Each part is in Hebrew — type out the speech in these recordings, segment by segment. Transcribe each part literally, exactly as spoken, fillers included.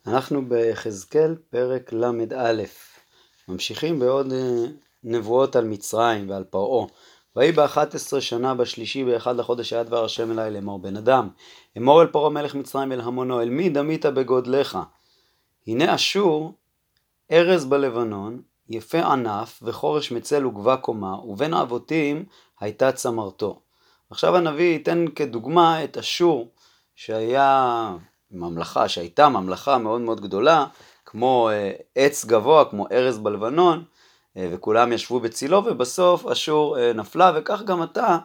אנחנו בחזקאל פרק למד א', ממשיכים בעוד נבואות על מצרים ועל פרעה. ויהי באחת עשרה שנה בשלישי באחד לחודש היה דבר השם אליי לאמור, בן אדם, אמור אל פרעה מלך מצרים אל המונו, אל מי דמית בגודלך? הנה אשור, ארז בלבנון, יפה ענף וחורש מצל וגבה קומה, ובין אבותים הייתה צמרתו. עכשיו הנביא ייתן כדוגמה את אשור, שהיה ממלכה, שהייתה ממלכה מאוד מאוד גדולה, כמו עץ גבוה, כמו ארז בלבנון, וכולם ישבו בצילו, ובסוף אשור נפלה, וכך גם אתה,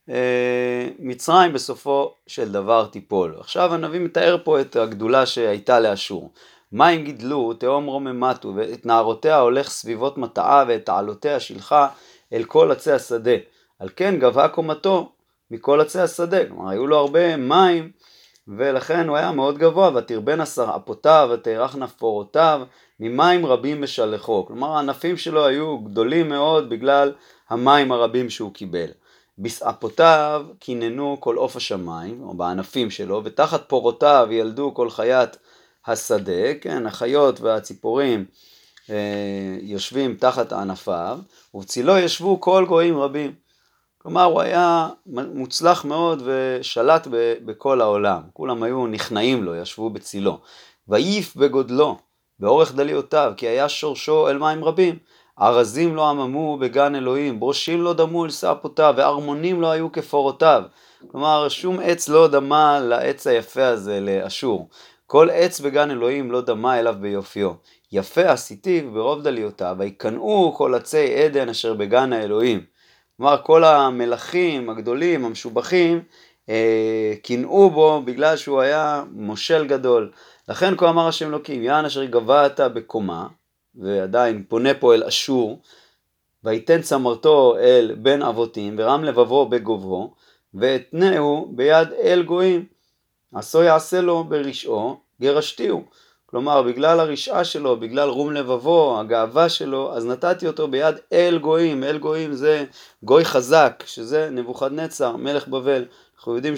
מצרים בסופו של דבר תיפול. עכשיו הנביא מתאר פה את הגדולה שהייתה לאשור. מים גידלו, תהום רוממתו, ואת נערותיה הולך סביבות מטעה, ואת תעלותיה שילחה אל כל עצי השדה. על כן גבהה קומתו מכל עצי השדה. כלומר, היו לו הרבה מים, ולכן הוא היה מאוד גבוה, ותרבן עשר אפותיו, ותארך נפורותיו, ממים רבים משלחו. כלומר, הענפים שלו היו גדולים מאוד, בגלל המים הרבים שהוא קיבל. בסאפותיו כיננו כל עוף השמיים, או בענפים שלו, ותחת פורותיו ילדו כל חיית השדה, כן, החיות והציפורים אה, יושבים תחת ענפיו, ובצילו ישבו כל גויים רבים. כלומר, הוא היה מוצלח מאוד ושלט ב- בכל העולם. כולם היו נכנעים לו, ישבו בצילו. ויף בגודלו, באורך דליותיו, כי היה שורשו אל מים רבים. ארזים לא עממו בגן אלוהים, ברושים לא דמו אל סאפותיו, וארמונים לא היו כפורותיו. כלומר, שום עץ לא דמה לעץ היפה הזה, לאשור. כל עץ בגן אלוהים לא דמה אליו ביופיו. יפה עשיתיו ברוב דליותיו, ויקנאו כל עצי עדן אשר בגן האלוהים. כלומר, כל המלכים הגדולים, המשובחים, אה, קינאו בו בגלל שהוא היה מושל גדול. לכן כה אמר השם אלוקים, יען אשר גבהת בקומה, ועדיין פונה פה אל אשור, ויתן צמרתו אל בן אבותים, ורם לבבו בגובהו, ואתנהו ביד אל גויים. עשו יעשה לו ברשעו, גרשתיהו. כלומר, בגלל הרשעה שלו, בגלל רום לבבו, הגאווה שלו, אז נתתי אותו ביד אל גויים. אל גויים זה גוי חזק, שזה נבוכדנצר, מלך בבל. אנחנו יודעים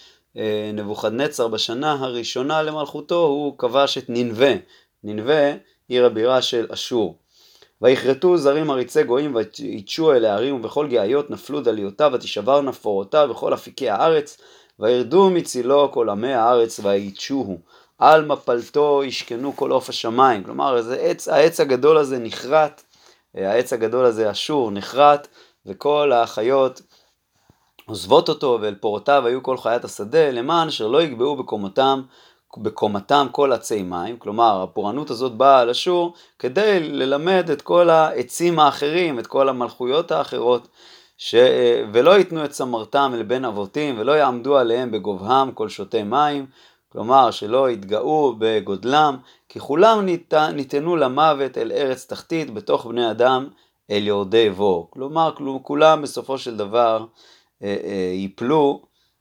שנבוכדנצר בשנה הראשונה למלכותו, הוא כבש את נינווה. נינווה עיר הבירה של אשור. ויכרתו זרים עריצי גויים, ויתשו אל הערים, ובכל גאיות נפלו דליותיו, ותשבר נפורותיו, וכל אפיקי הארץ, וירדו מצילו כל עמי הארץ, ויתשוהו. על מפלתו ישכנו כל עוף השמיים. כלומר, זה עץ, העץ הגדול הזה נחרט, העץ הגדול הזה אשור נחרט, וכל החיות עוזבות אותו, ואל פורותיו היו כל חיית השדה, למען אשר לא יגבעו בקומתם, בקומתם כל עצי מים. כלומר, הפורענות הזאת באה על אשור, כדי ללמד את כל העצים האחרים, את כל המלכויות האחרות, ש... ולא ייתנו את צמרתם לבן אבותים, ולא יעמדו עליהם בגובהם כל שותי מים, כלומר שלא יתגאו בגודלם, כי כולם ניתן, ניתנו למוות אל ארץ תחתית, בתוך בני אדם אל יורדי בו. כלומר, כולם בסופו של דבר אה, אה, ייפלו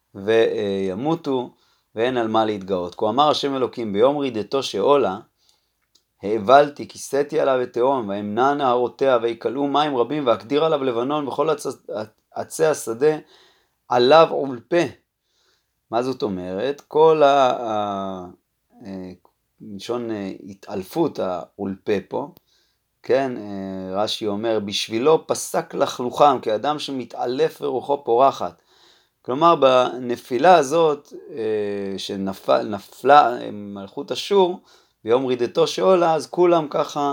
וימותו, ואין על מה להתגאות. כה אמר השם אלוקים, ביום רידתו שאולה, העבלתי, כיסיתי עליו את תהום, ואמנע נהרותיה, ויקלעו מים רבים, ואקדיר עליו לבנון, וכל עצ... עצי השדה עליו עולפה. מה זאת אומרת? כל הלשון התעלפות העולפה פה, כן, רש"י אומר, בשבילו פסק לחלוכם, כאדם שמתעלף ורוחו פורחת. כלומר, בנפילה הזאת שנפלה מלכות אשור, ביום רידתו שאולה, אז כולם ככה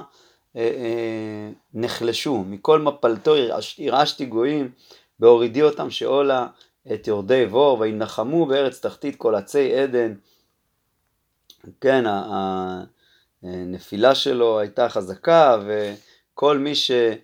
נחלשו. מכל מפלתו הרעשתי גויים, בהורידי אותם שאולה את יורדי בור, וינחמו בארץ תחתית כל עצי עדן. כן, הנפילה שלו הייתה חזקה, וכל מי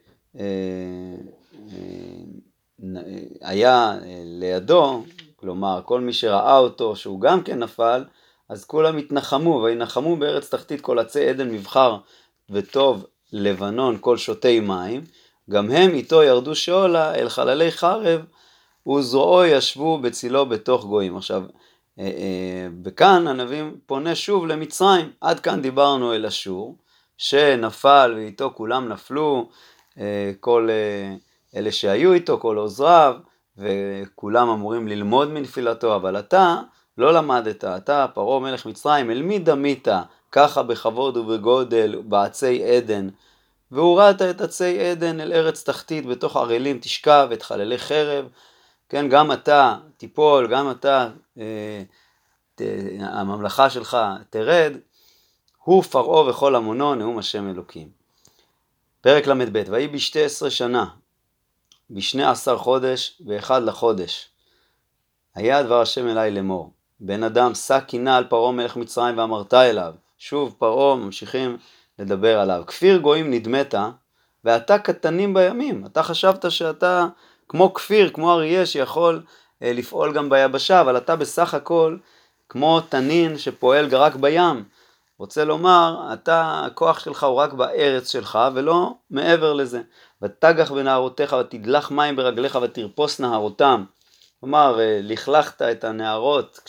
שהיה לידו, כלומר כל מי שראה אותו שהוא גם כן נפל, אז כולם התנחמו, וינחמו בארץ תחתית כל עצי עדן מבחר וטוב לבנון כל שותי מים, גם הם איתו ירדו שאולה אל חללי חרב, וזרועו ישבו בצילו בתוך גויים. עכשיו, וכאן הנביא פונה שוב למצרים. עד כאן דיברנו אל אשור, שנפל ואיתו כולם נפלו, כל אלה שהיו איתו, כל עוזריו, וכולם אמורים ללמוד מנפילתו, אבל אתה לא למדת, אתה פרעה מלך מצרים, אל מי דמית ככה בכבוד ובגודל בעצי עדן, והורדת את עצי עדן אל ארץ תחתית, בתוך ערלים תשכב את חללי חרב, כן, גם אתה תיפול, גם אתה, אה, ת, הממלכה שלך תרד, הוא פרעה וכל המונו, נאום השם אלוקים. פרק למד ב', ויהי בשתי עשרה שנה, בשני עשר חודש ואחד לחודש, היה דבר השם אליי לאמור, בן אדם, שא קינה על פרעה מלך מצרים ואמרת אליו, שוב פרעה ממשיכים לדבר עליו, כפיר גויים נדמת, ואתה קטנים בימים, אתה חשבת שאתה כמו כפיר, כמו אריה שיכול אה, לפעול גם ביבשה, אבל אתה בסך הכל כמו תנין שפועל רק בים. רוצה לומר, אתה, הכוח שלך הוא רק בארץ שלך ולא מעבר לזה. ותגח בנהרותיך ותדלח מים ברגליך ותרפוס נהרותם. כלומר, לכלכת את הנהרות,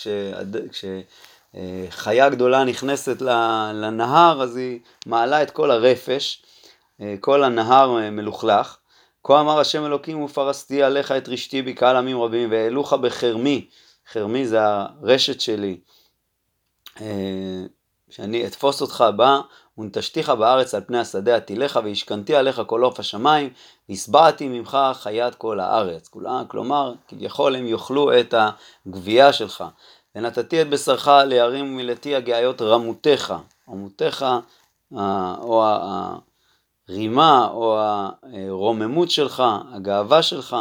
כשחיה כש, גדולה נכנסת לנהר, אז היא מעלה את כל הרפש, כל הנהר מלוכלך. כה אמר השם אלוקים, ופרסתי עליך את רשתי בקהל עמים רבים, והעלוך בחרמי, חרמי זה הרשת שלי, שאני אתפוס אותך בה, ונטשתיך בארץ על פני השדה עתיליך, והשכנתי עליך כל עוף השמיים, והסבעתי ממך חיית כל הארץ. כלומר, כביכול הם יאכלו את הגבייה שלך. ונתתי את בשרך לירים ומילאתי הגאיות רמותיך, רמותיך, או הרימה, או הרוממות שלך, הגאווה שלך.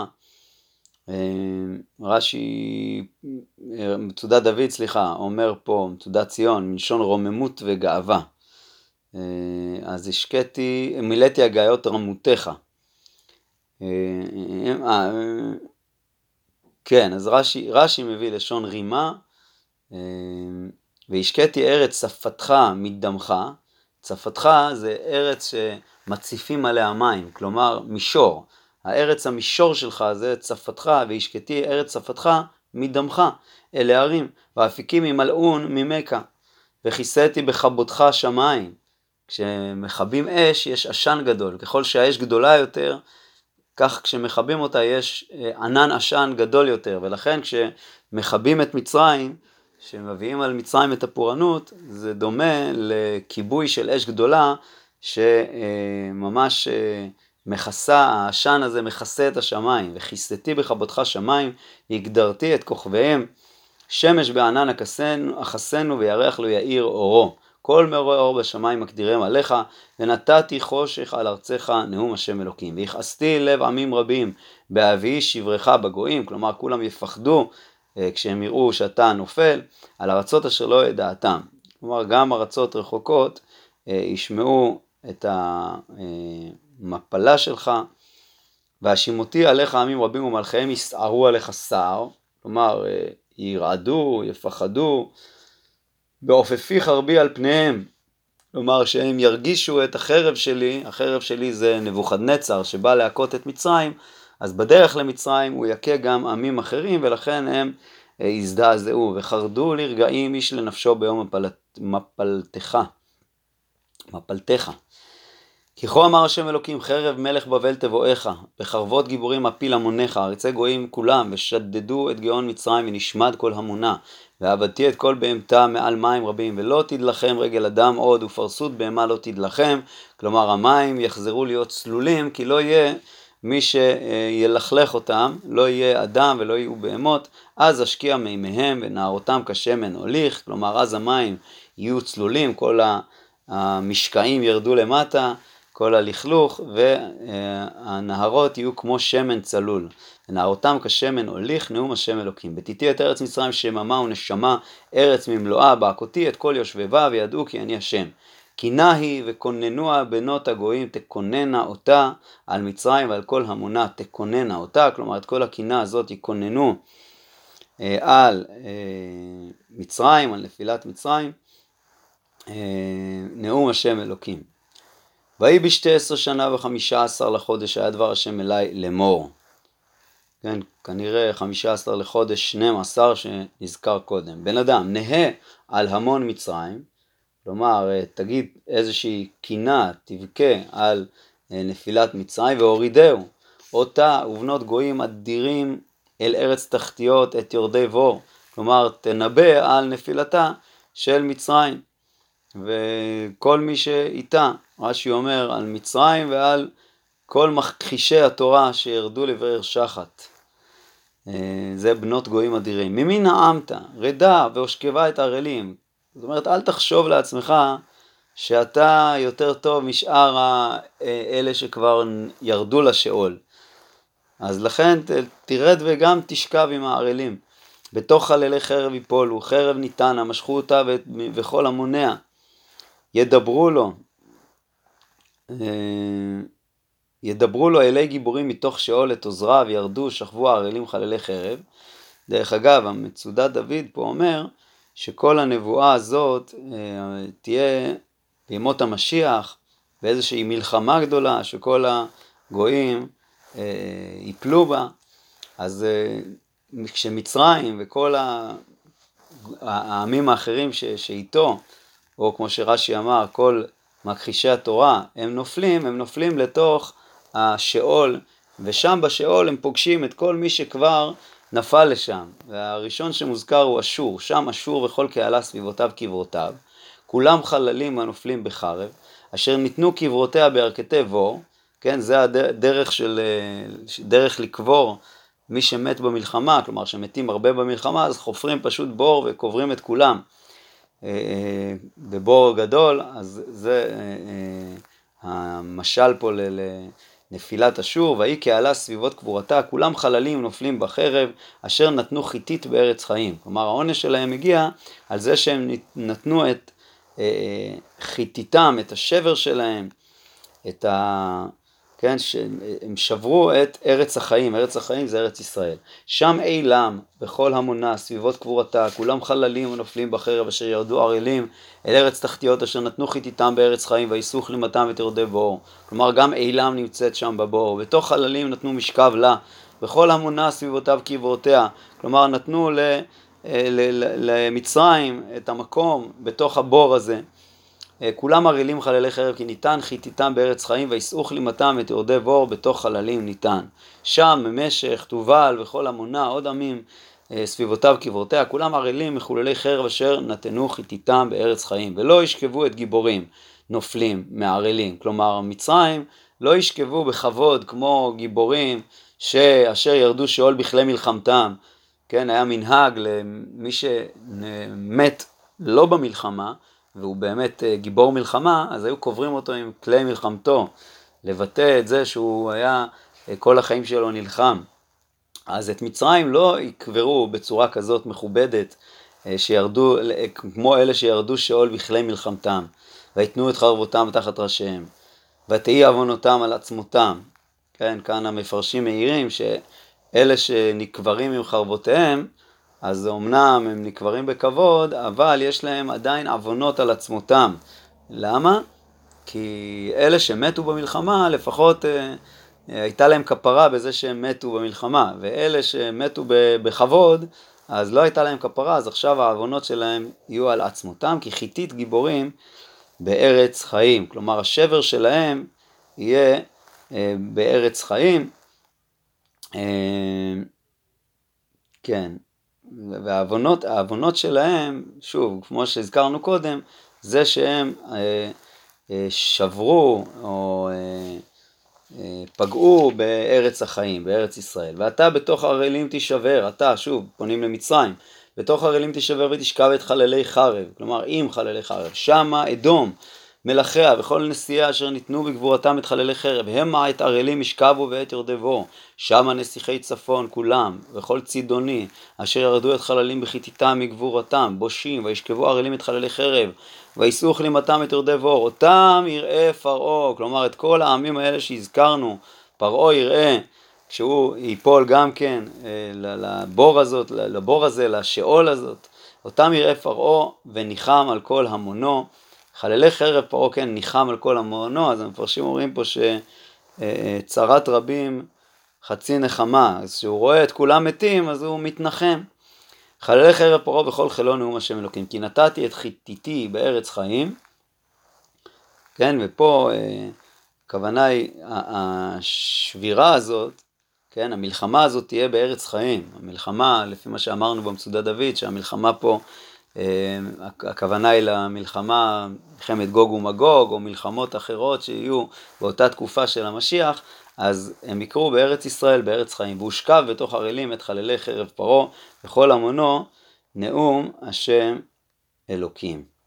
רש"י, מצודת דוד, סליחה, אומר פה, מצודת ציון, מלשון רוממות וגאווה. אז השקעתי, מילאתי הגאיות רמותיך. כן, אז רש"י, רש"י מביא לשון רימה, והשקעתי ארץ צפתך מדמך. צפתך זה ארץ שמציפים עליה מים, כלומר מישור. הארץ המישור שלך זה צפתך, והשקעתי ארץ צפתך מדמך אל הערים, והאפיקים ימלאון ממך, וכיסיתי בחבותך שמיים. כשמחבים אש יש עשן גדול, ככל שהאש גדולה יותר, כך כשמחבים אותה יש ענן עשן גדול יותר, ולכן כשמחבים את מצרים, שמביאים על מצרים את הפורענות, זה דומה לכיבוי של אש גדולה, שממש מכסה, העשן הזה מכסה את השמיים, וכיסיתי בחבותך שמיים, הגדרתי את כוכביהם, שמש בענן אחסנו וירח לו יאיר אורו. כל מאורי אור בשמיים מקדירם עליך, ונתתי חושך על ארצך, נאום השם אלוקים. והכעסתי לב עמים רבים, בהביאי שברך בגויים, כלומר כולם יפחדו כשהם יראו שאתה נופל, על ארצות אשר לא ידעתם. כלומר גם ארצות רחוקות ישמעו את המפלה שלך, והשימותי עליך עמים רבים ומלכיהם יסערו עליך סער, כלומר ירעדו, יפחדו, בעופפי חרבי על פניהם, כלומר שהם ירגישו את החרב שלי, החרב שלי זה נבוכדנצר שבא להכות את מצרים, אז בדרך למצרים הוא יכה גם עמים אחרים, ולכן הם הזדעזעו, וחרדו לרגעים איש לנפשו ביום מפלתך, מפלתך. כי כה אמר השם אלוקים, חרב מלך בבל תבואך, בחרבות גיבורים אפיל המונך, ארצי גויים כולם, ושדדו את גאון מצרים ונשמד כל המונה, ועבדתי את כל בהמתה מעל מים רבים, ולא תדלכם רגל אדם עוד, ופרסות בהמה לא תדלכם, כלומר המים יחזרו להיות צלולים, כי לא יהיה מי שילכלך אותם, לא יהיה אדם ולא יהיו בהמות, אז אשקיע מימיהם ונערותם כשמן הוליך, כלומר אז המים יהיו צלולים, כל המשקעים ירדו למטה, כל הלכלוך, והנהרות יהיו כמו שמן צלול. ונערותם כשמן הוליך, נאום השם אלוקים. ותיתי את ארץ מצרים שממה ונשמה, ארץ ממלואה, בעקותי את כל יושבבה, וידעו כי אני השם. כי נהי וכוננוה בנות הגויים, תכוננה אותה על מצרים ועל כל המונה, תכוננה אותה, כלומר את כל הקינה הזאת יכוננו אה, על אה, מצרים, על נפילת מצרים, אה, נאום השם אלוקים. ויהי בשתי עשרה שנה וחמישה עשר לחודש היה דבר השם אליי לאמור. כן, כנראה חמישה עשר לחודש שנים עשר שנזכר קודם. בן אדם, נהה על המון מצרים, כלומר, תגיד איזושהי קינה, תבכה על נפילת מצרים, והורידהו אותה ובנות גויים אדירים אל ארץ תחתיות את יורדי בור, כלומר, תנבא על נפילתה של מצרים. וכל מי שאיתה, רש"י אומר על מצרים ועל כל מכחישי התורה שירדו לבאר שחת. זה בנות גויים אדירים. ממי נעמת? רדה והושכבה את הערלים. זאת אומרת, אל תחשוב לעצמך שאתה יותר טוב משאר אלה שכבר ירדו לשאול. אז לכן תרד וגם תשכב עם הערלים. בתוך חללי חרב יפולו, חרב ניתנה, משכו אותה וכל המונע. ידברו לו, ידברו לו אלי גיבורים מתוך שאול את עוזריו, ירדו, שכבו הערלים חללי חרב. דרך אגב, המצודת דוד פה אומר שכל הנבואה הזאת תהיה בימות המשיח, באיזושהי מלחמה גדולה שכל הגויים ייפלו בה. אז כשמצרים וכל העמים האחרים שאיתו, או כמו שרש"י אמר, כל מכחישי התורה, הם נופלים, הם נופלים לתוך השאול, ושם בשאול הם פוגשים את כל מי שכבר נפל לשם. והראשון שמוזכר הוא אשור, שם אשור וכל קהלה סביבותיו קברותיו, כולם חללים הנופלים בחרב, אשר ניתנו קברותיה בירכתי בור, כן, זה הדרך של, דרך לקבור מי שמת במלחמה, כלומר שמתים הרבה במלחמה, אז חופרים פשוט בור וקוברים את כולם. בבור גדול, אז זה המשל פה לנפילת אשור, והיא קהלה סביבות קבורתה, כולם חללים נופלים בחרב, אשר נתנו חיתית בארץ חיים. כלומר, העונש שלהם הגיע על זה שהם נתנו את חיתיתם, את השבר שלהם, את ה... כן, שהם שברו את ארץ החיים, ארץ החיים זה ארץ ישראל. שם אילם, בכל המונה, סביבות קבורתה, כולם חללים ונופלים בחרב, אשר ירדו ערלים אל ארץ תחתיות, אשר נתנו חיתיתם בארץ חיים, ויסעו כלימתם ותרדי בור. כלומר, גם אילם נמצאת שם בבור, בתוך חללים נתנו משכב לה, בכל המונה סביבותיו קברותיה, כלומר, נתנו ל, ל, ל, למצרים את המקום בתוך הבור הזה. כולם ערלים חללי חרב, כי ניתן חיתיתם בארץ חיים, ויסעו כלימתם ותרדי בור, בתוך חללים ניתן. שם משך, תובל וכל המונה, עוד עמים סביבותיו קברותיה, כולם ערלים מחוללי חרב, אשר נתנו חיתיתם בארץ חיים, ולא ישכבו את גיבורים נופלים מערלים. כלומר, מצרים לא ישכבו בכבוד כמו גיבורים שאשר ירדו שאול בכלי מלחמתם. כן, היה מנהג למי שמת לא במלחמה, והוא באמת גיבור מלחמה, אז היו קוברים אותו עם כלי מלחמתו, לבטא את זה שהוא היה כל החיים שלו נלחם. אז את מצרים לא יקברו בצורה כזאת מכובדת, שירדו, כמו אלה שירדו שאול בכלי מלחמתם, ויתנו את חרבותם תחת ראשיהם, ותהי עוונותם על עצמותם. כן, כאן המפרשים מעירים שאלה שנקברים עם חרבותיהם, אז אמנם הם נקברים בכבוד, אבל יש להם עדיין עוונות על עצמותם. למה? כי אלה שמתו במלחמה, לפחות אה, הייתה להם כפרה בזה שהם מתו במלחמה, ואלה שמתו בכבוד, אז לא הייתה להם כפרה, אז עכשיו העוונות שלהם יהיו על עצמותם, כי חיתית גיבורים בארץ חיים. כלומר, השבר שלהם יהיה אה, בארץ חיים. אה, כן. והעוונות, העוונות שלהם, שוב, כמו שהזכרנו קודם, זה שהם אה, אה, שברו או אה, אה, פגעו בארץ החיים, בארץ ישראל. ואתה בתוך ערלים תשבר, אתה, שוב, פונים למצרים, בתוך ערלים תשבר ותשכב את חללי חרב, כלומר עם חללי חרב, שמה אדום, מלאכיה וכל נשיאה אשר ניתנו בגבורתם את חללי חרב, המה את ערלים ישכבו ואת ירדי בור, שמה נסיכי צפון כולם וכל צידוני אשר ירדו את חללים בחיתיתם מגבורתם, בושים וישכבו ערלים את חללי חרב, ויסעו כלימתם את ירדי בור, אותם יראה פרעה. כלומר, את כל העמים האלה שהזכרנו, פרעה יראה כשהוא ייפול גם כן לבור הזאת, לבור הזה, לשאול הזאת, אותם יראה פרעה וניחם על כל המונו. חללי חרב פרעה, כן, ניחם על כל המונו. אז המפרשים אומרים פה שצרת רבים חצי נחמה, אז שהוא רואה את כולם מתים, אז הוא מתנחם. חללי חרב פרעה בכל חילו נאום השם אלוקים, כי נתתי את חיתיתי בארץ חיים. כן, ופה הכוונה היא, השבירה הזאת, כן, המלחמה הזאת תהיה בארץ חיים. המלחמה, לפי מה שאמרנו במצודת דוד, שהמלחמה פה הכוונה היא למלחמה, מלחמת גוג ומגוג, או מלחמות אחרות שיהיו באותה תקופה של המשיח, אז הם יקראו בארץ ישראל, בארץ חיים, והושכב בתוך ערלים את חללי חרב פרעה, וכל המונו נאום השם אלוקים.